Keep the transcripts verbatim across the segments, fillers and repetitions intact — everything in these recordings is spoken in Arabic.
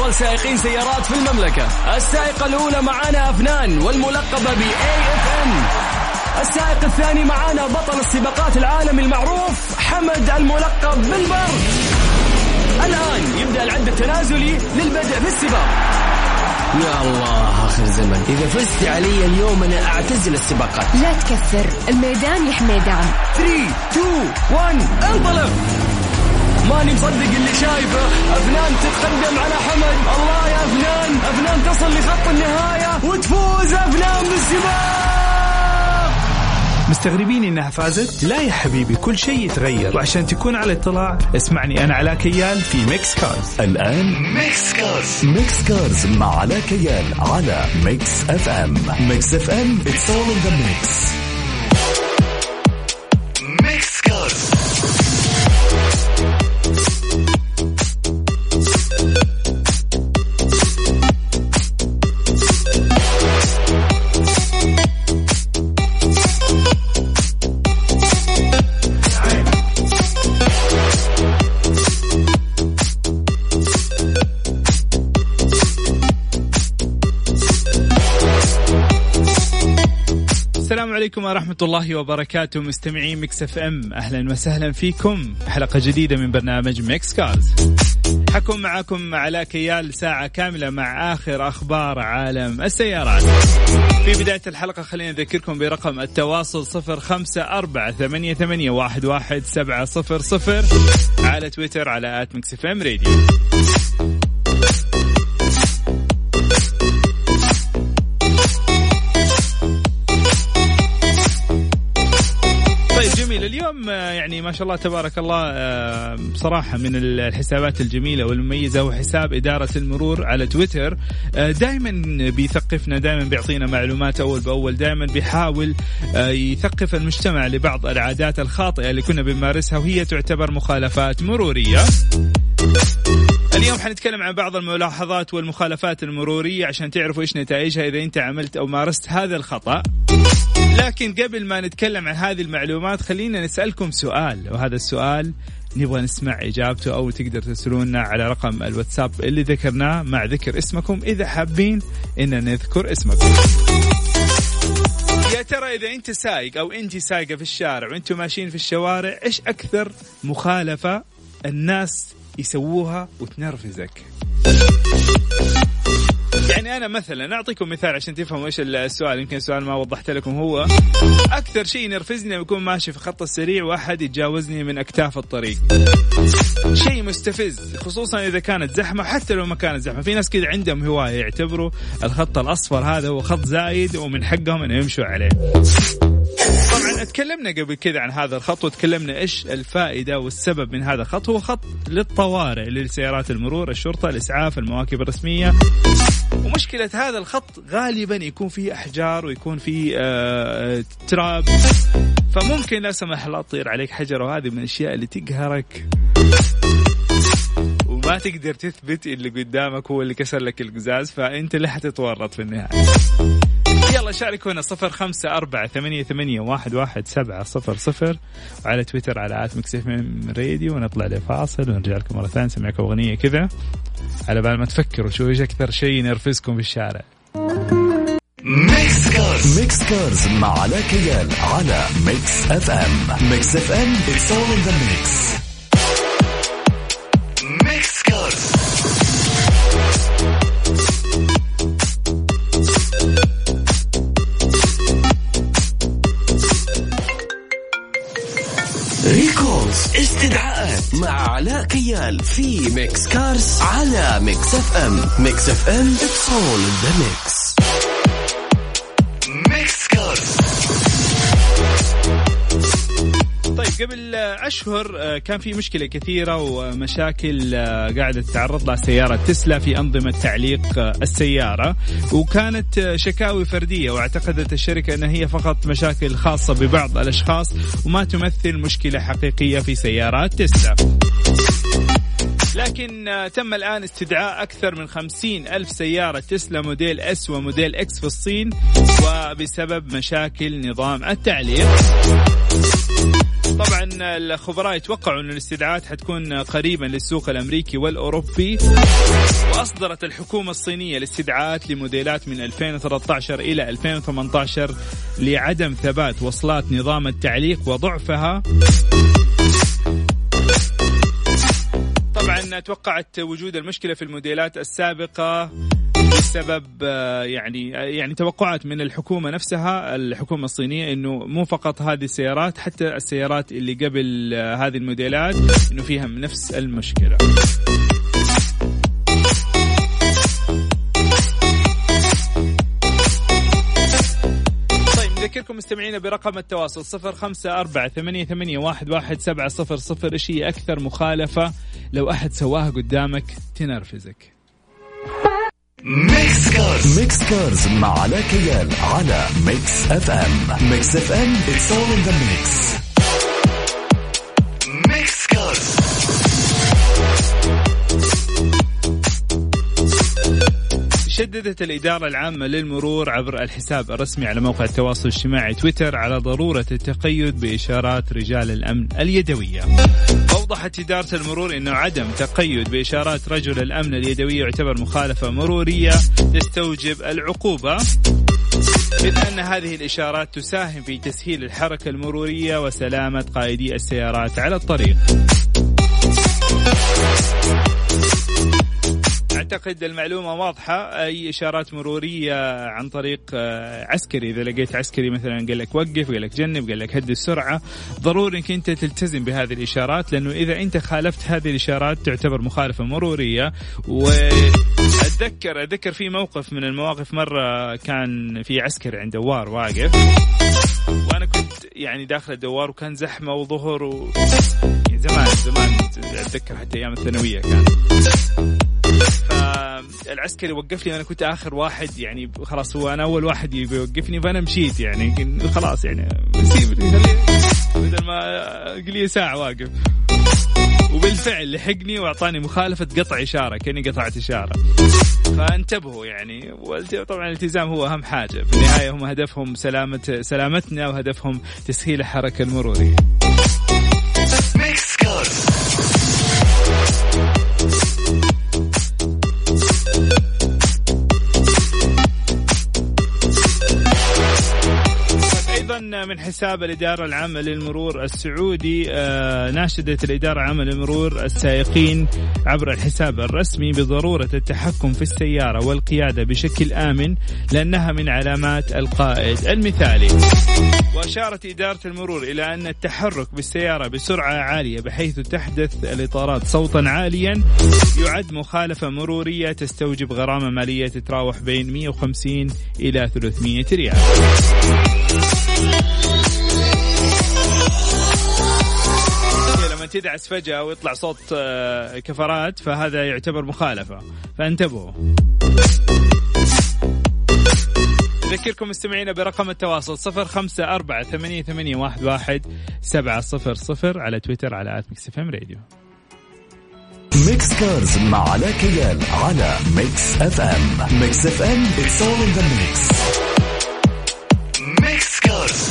أفضل سائقين سيارات في المملكة. السائقة الأولى معانا أفنان والملقبة ب إيه إف إم. السائق الثاني معانا بطل السباقات العالمي المعروف حمد الملقب بالبر. الآن يبدأ العد التنازلي للبدء في السباق. يا الله آخر زمن، إذا فزت علي اليوم أنا أعتزل السباقات. لا تكثر، الميدان يحمي دعم. ثلاثة اثنين واحد انطلق. ماني مصدق اللي شايفه. أفنان تتقدم على حمد. الله يا أفنان، أفنان تصل لخط النهاية وتفوز أفنان بالسباق. مستغربين إنها فازت؟ لا يا حبيبي، كل شيء يتغير، وعشان تكون على اطلاع اسمعني أنا علاء كيال في ميكس كارز. الآن ميكس كارز. ميكس كارز مع علاء كيال على ميكس اف ام. ميكس اف ام it's all in the mix. ميكس كارز. السلام عليكم ورحمة الله وبركاته، مستمعين ميكس اف ام، أهلا وسهلا فيكم حلقة جديدة من برنامج ميكس كارز. حكم معكم علاء كيال ساعة كاملة مع آخر أخبار عالم السيارات. في بداية الحلقة خلينا نذكركم برقم التواصل صفر خمسة أربعة ثمانية ثمانية واحد واحد سبعة صفر صفر، على تويتر على آت ميكس اف ام راديو. طيب جميل، اليوم يعني ما شاء الله تبارك الله بصراحة من الحسابات الجميلة والمميزة هو حساب إدارة المرور على تويتر. دائما بيثقفنا، دائما بيعطينا معلومات أول بأول، دائما بيحاول يثقف المجتمع لبعض العادات الخاطئة اللي كنا بنمارسها وهي تعتبر مخالفات مرورية. اليوم حنتكلم عن بعض الملاحظات والمخالفات المرورية عشان تعرفوا إيش نتائجها إذا أنت عملت أو مارست هذا الخطأ. لكن قبل ما نتكلم عن هذه المعلومات خلينا نسألكم سؤال، وهذا السؤال نبغى نسمع إجابته، أو تقدر ترسلونا على رقم الواتساب اللي ذكرناه مع ذكر اسمكم إذا حابين إن نذكر اسمكم. يا ترى إذا أنت سايق أو أنت سايقة في الشارع وأنتم ماشيين في الشوارع، إيش أكثر مخالفة الناس يسووها وتنرفزك؟ يعني أنا مثلا أعطيكم مثال عشان تفهموا إيش السؤال، يمكن السؤال ما وضحت لكم. هو أكثر شيء ينرفزني لما أكون ماشي في خط السريع وأحد يتجاوزني من أكتاف الطريق. شيء مستفز، خصوصا إذا كانت زحمة. حتى لو ما كانت زحمة، في ناس كده عندهم هواية يعتبروا الخط الأصفر هذا هو خط زايد ومن حقهم أن يمشوا عليه. طبعا اتكلمنا قبل كذا عن هذا الخط، وتكلمنا إيش الفائدة والسبب من هذا الخط. هو خط للطوارئ لسيارات المرور، الشرطة، الإسعاف، المواكب الرسمية. ومشكلة هذا الخط غالبا يكون فيه أحجار ويكون فيه آه تراب، فممكن لا سمح الله تطير عليك حجر، وهذه من الأشياء اللي تقهرك وما تقدر تثبت اللي قدامك هو اللي كسر لك القزاز، فأنت اللي حتتورط في النهاية. يلا شاركونا صفر خمسة أربعة ثمانية ثمانية واحد واحد سبعة صفر صفر، وعلى تويتر على آت ميكس اف ام راديو. ونطلع لفاصل ونرجع لكم مرة ثانية، نسمعكم أغنية كذا على بال ما تفكروا شو إيش أكثر شيء ينرفزكم في الشارع. ميكس كارز. ميكس كارز مع علاء كيال على ميكس اف ام. ميكس اف ام it's all in the mix. ميكس كارز. ريكولز، استدعاءات مع علاء كيال في ميكس كارز على ميكس اف ام. ميكس اف ام it's all in the mix. ميكس كارز. طيب قبل أشهر كان في مشكلة كثيرة ومشاكل قاعدة تتعرض لها سيارة تسلا في أنظمة تعليق السيارة، وكانت شكاوي فردية، واعتقدت الشركة أنها هي فقط مشاكل خاصة ببعض الأشخاص وما تمثل مشكلة حقيقية في سيارات تسلا. لكن تم الآن استدعاء أكثر من خمسين ألف سيارة تسلا موديل اس وموديل اكس في الصين، وبسبب مشاكل نظام التعليق. طبعا الخبراء يتوقعوا أن الاستدعاءات حتكون قريبا للسوق الأمريكي والأوروبي. وأصدرت الحكومة الصينية الاستدعاءات لموديلات من ألفين وثلاثة عشر إلى ألفين وثمانية عشر لعدم ثبات وصلات نظام التعليق وضعفها. طبعا توقعت وجود المشكلة في الموديلات السابقة بسبب يعني يعني توقعات من الحكومة نفسها، الحكومة الصينية، إنه مو فقط هذه السيارات، حتى السيارات اللي قبل هذه الموديلات إنه فيها نفس المشكلة. أذكركم مستمعين برقم التواصل صفر خمسة أربعة ثمانية ثمانية واحد واحد سبعة صفر صفر. إيش هي أكثر مخالفة لو أحد سواها قدامك تنرفزك؟ ميكس كارز ميكس كارز مع علاء كيال على ميكس اف ام. ميكس اف ام it's all in the mix. ميكس كارز. شددت الإدارة العامة للمرور عبر الحساب الرسمي على موقع التواصل الاجتماعي تويتر على ضرورة التقيد بإشارات رجال الأمن اليدوية. أوضحت إدارة المرور أنه عدم تقيد بإشارات رجل الأمن اليدوية يعتبر مخالفة مرورية تستوجب العقوبة، إذ أن هذه الإشارات تساهم في تسهيل الحركة المرورية وسلامة قائدي السيارات على الطريق. أعتقد المعلومة واضحة. أي إشارات مرورية عن طريق عسكري، إذا لقيت عسكري مثلا قال لك وقف، قال لك جنب، قال لك هدي السرعة، ضروري إنك أنت تلتزم بهذه الإشارات، لأنه إذا أنت خالفت هذه الإشارات تعتبر مخالفة مرورية. وأتذكر أتذكر في موقف من المواقف، مرة كان في عسكري عند دوار واقف، وأنا كنت يعني داخل الدوار وكان زحمة وظهر و... يعني زمان زمان أتذكر حتى أيام الثانوية كان. فالعسكري وقف لي، أنا كنت آخر واحد، يعني خلاص هو أنا أول واحد يوقفني، فأنا مشيت يعني خلاص يعني سيبني خليه بدل ما قلي ساعة واقف. وبالفعل لحقني وأعطاني مخالفة قطع إشارة، كأني قطعت إشارة. فانتبهوا يعني، طبعا الالتزام هو أهم حاجة في النهاية، هم هدفهم سلامة سلامتنا وهدفهم تسهيل الحركة المرورية. من حساب الإدارة العامة للمرور السعودي، آه ناشدت الإدارة العامة للمرور السائقين عبر الحساب الرسمي بضرورة التحكم في السيارة والقيادة بشكل آمن، لأنها من علامات القائد المثالي. وأشارت إدارة المرور إلى أن التحرك بالسيارة بسرعة عالية بحيث تحدث الإطارات صوتا عاليا يعد مخالفة مرورية تستوجب غرامة مالية تتراوح بين مئة وخمسين إلى ثلاثمئة ريال. لما تدعس فجأة ويطلع صوت كفرات فهذا يعتبر مخالفة، فانتبهوا. أذكركم مستمعين برقم التواصل صفر خمسة أربعة ثمانية ثمانية واحد واحد سبعة صفر صفر، على تويتر على آت ميكس اف ام راديو. ميكس كارز مع علاء كيال على ميكس اف ام. ميكس اف ام it's all in the mix. ميكس كارز.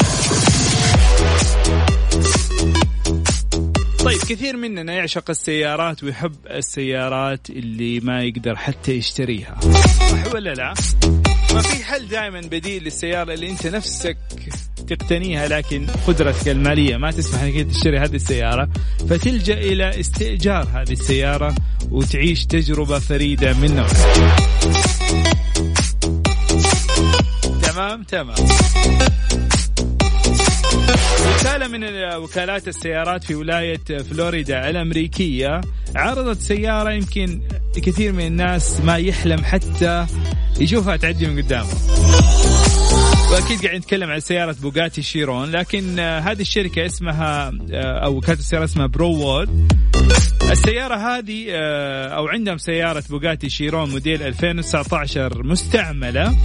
طيب كثير مننا يعشق السيارات ويحب السيارات اللي ما يقدر حتى يشتريها، صح ولا لا؟ ما في حل دائما بديل للسيارة اللي انت نفسك تقتنيها لكن قدرتك المالية ما تسمح لك تشتري هذه السيارة، فتلجأ إلى استئجار هذه السيارة وتعيش تجربة فريدة من نوعها. تمام تمام. وكالة من وكالات السيارات في ولاية فلوريدا الأمريكية عرضت سيارة يمكن كثير من الناس ما يحلم حتى يشوفها تعدي من قدامه، وأكيد قاعد نتكلم عن سيارة بوغاتي شيرون. لكن هذه الشركة اسمها أو وكالة السيارة اسمها برووود. السيارة هذه أو عندهم سيارة بوغاتي شيرون موديل ألفين وتسعة عشر مستعملة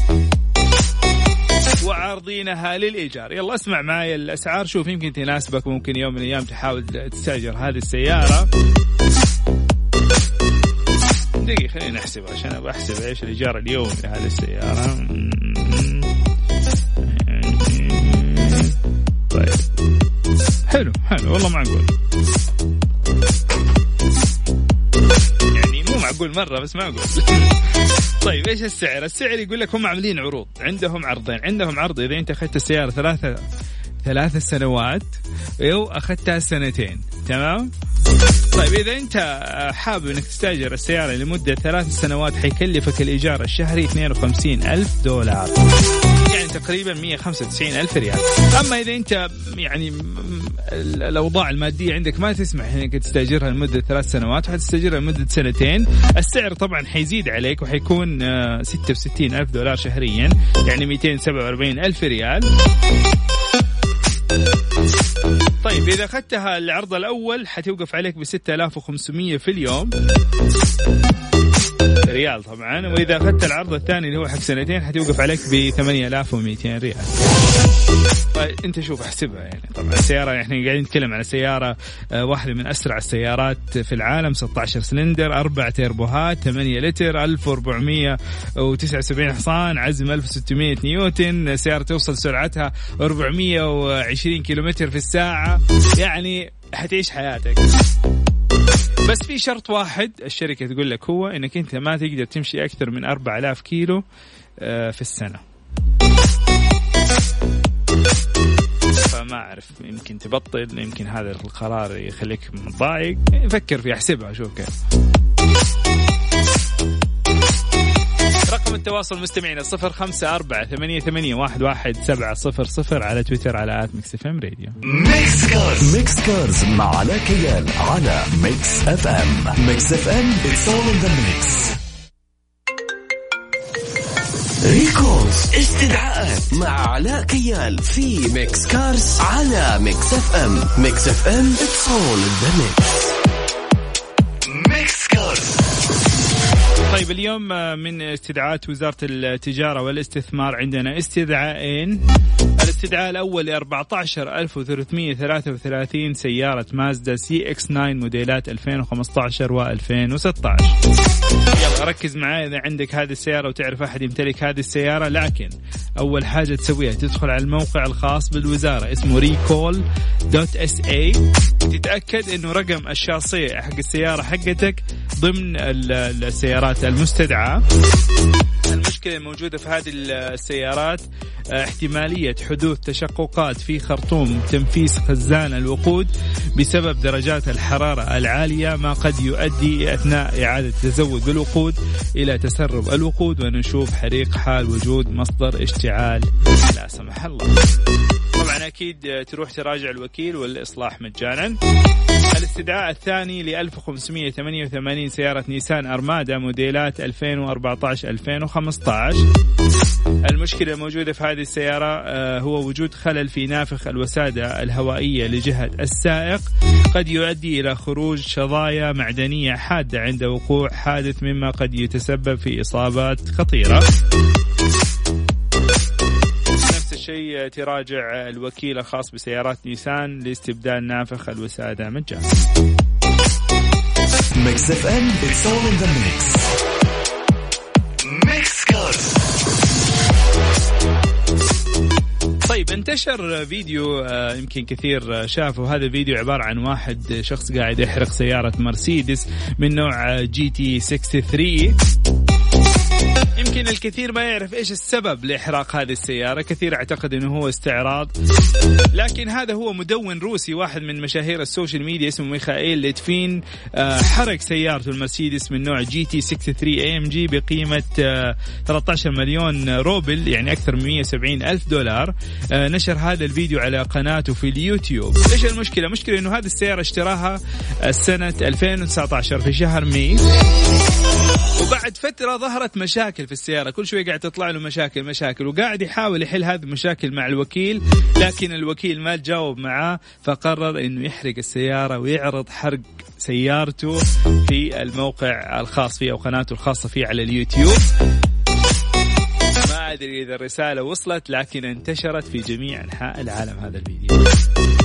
وعارضينها للإيجار. يلا اسمع معي الأسعار، شوف يمكن تناسبك، ممكن يوم من الأيام تحاول تستأجر هذه السيارة. دقيقة خلينا نحسب عشان أبغى أحسب إيش الإيجار اليومي لهذه السيارة. طيب حلو حلو والله معقول، يعني مو معقول مرة بس معقول. طيب إيش السعر؟ السعر يقول لك هم عاملين عروض، عندهم عرضين. عندهم عرض إذا أنت أخذت السيارة ثلاثة ثلاث سنوات أو أخذتها سنتين، تمام؟ طيب إذا أنت حابب إنك تستأجر السيارة لمدة ثلاث سنوات حيكلفك الإيجار الشهري اثنين وخمسين ألف دولار، يعني تقريبا مية وخمسة وتسعين ألف ريال. أما إذا أنت يعني الأوضاع المادية عندك ما تسمح إنك تستأجرها لمدة ثلاث سنوات وحتستأجرها لمدة سنتين، السعر طبعا حيزيد عليك وحيكون ستة وستين ألف دولار شهريا، يعني مئتين وسبعة وأربعين ألف ريال. طيب إذا أخذتها العرض الأول حتوقف عليك بستة آلاف وخمسمية في اليوم ريال طبعا، وإذا أخذت العرض الثاني اللي هو حق سنتين حتوقف عليك بثمانية آلاف ومئتين ريال. فأنت شوف احسبها، يعني طبعا السيارة احنا قاعدين نتكلم على سيارة واحدة من أسرع السيارات في العالم، ستة عشر سلندر، أربع تيربوهات، ثمانية لتر، ألف وأربعمية وتسعة وسبعين حصان، عزم ألف وستمية نيوتن، سيارة توصل سرعتها أربعمية وعشرين كيلومتر في الساعة، يعني حتعيش حياتك. بس في شرط واحد الشركة تقول لك، هو انك انت ما تقدر تمشي اكثر من أربعة آلاف كيلو في السنة. فما أعرف، يمكن تبطل، يمكن هذا القرار يخليك متضايق، فكر في احسبها شوف كيف. رقم التواصل مستمعين صفر خمسة أربعة ثمانية ثمانية واحد واحد سبعة صفر صفر، على تويتر على آت ميكس اف ام راديو. ميكس كارز ميكس كارز مع علاء كيال على ميكس اف ام. ميكس اف ام it's all in the mix. ريكولز استدعاءات مع علاء كيال في ميكس كارز على ميكس اف ام. ميكس اف ام it's all in the mix. ميكس كارز. طيب اليوم من استدعاءات وزارة التجارة والاستثمار عندنا استدعاءين. الاستدعاء الأول ل أربعة عشر ألف وثلاثمية وثلاثة وثلاثين سيارة مازدا سي إكس تسعة موديلات ألفين وخمسة عشر وألفين وستة عشر. يلا ركز معايا إذا عندك هذه السيارة وتعرف أحد يمتلك هذه السيارة. لكن أول حاجة تسويها تدخل على الموقع الخاص بالوزارة اسمه ريكول دوت اس اي، تتأكد إنه رقم الشاصية حق السيارة حقتك ضمن السيارات المستدعاة. المشكلة الموجودة في هذه السيارات احتمالية حدوث تشققات في خرطوم تنفيذ خزان الوقود بسبب درجات الحرارة العالية، ما قد يؤدي أثناء إعادة تزود بالوقود إلى تسرب الوقود ونشوب حريق حال وجود مصدر اشتعال لا سمح الله. طبعا أكيد تروح تراجع الوكيل والإصلاح مجانا. الاستدعاء الثاني ل ألف وخمسمية وثمانية وثمانين سيارة نيسان أرمادا موديلات ألفين وأربعة عشر ألفين وخمسة عشر. المشكلة الموجودة في هذه السيارة هو وجود خلل في نافخ الوسادة الهوائية لجهة السائق، قد يؤدي إلى خروج شظايا معدنية حادة عند وقوع حادث، مما قد يتسبب في إصابات خطيرة. شيء تراجع الوكيل الخاص بسيارات نيسان لاستبدال نافخ الوسادة مجانا. ميكس اف ام it's all in the mix. ميكس كارز. طيب انتشر فيديو يمكن كثير شافوا. هذا الفيديو عبارة عن واحد شخص قاعد يحرق سيارة مرسيدس من نوع جي تي ثلاثة وستين. يمكن الكثير ما يعرف إيش السبب لإحراق هذه السيارة، كثير اعتقد أنه هو استعراض، لكن هذا هو مدون روسي واحد من مشاهير السوشيال ميديا اسمه ميخائيل ليتفين، حرق سيارته المرسيدس من نوع جي تي ستة وستين اي ام جي بقيمة ثلاثة عشر مليون روبل، يعني أكثر من مئة وسبعين ألف دولار. نشر هذا الفيديو على قناته في اليوتيوب. إيش المشكلة؟ مشكلة أنه هذه السيارة اشتراها السنة ألفين وتسعة عشر في شهر ماي، وبعد فترة ظهرت مشاكل في السيارة، كل شوي قاعد تطلع له مشاكل مشاكل وقاعد يحاول يحل هذه المشاكل مع الوكيل، لكن الوكيل ما تجاوب معاه، فقرر انه يحرق السيارة ويعرض حرق سيارته في الموقع الخاص فيه او قناته الخاصة فيه على اليوتيوب. ما أدري إذا الرسالة وصلت، لكن انتشرت في جميع أنحاء العالم هذا الفيديو.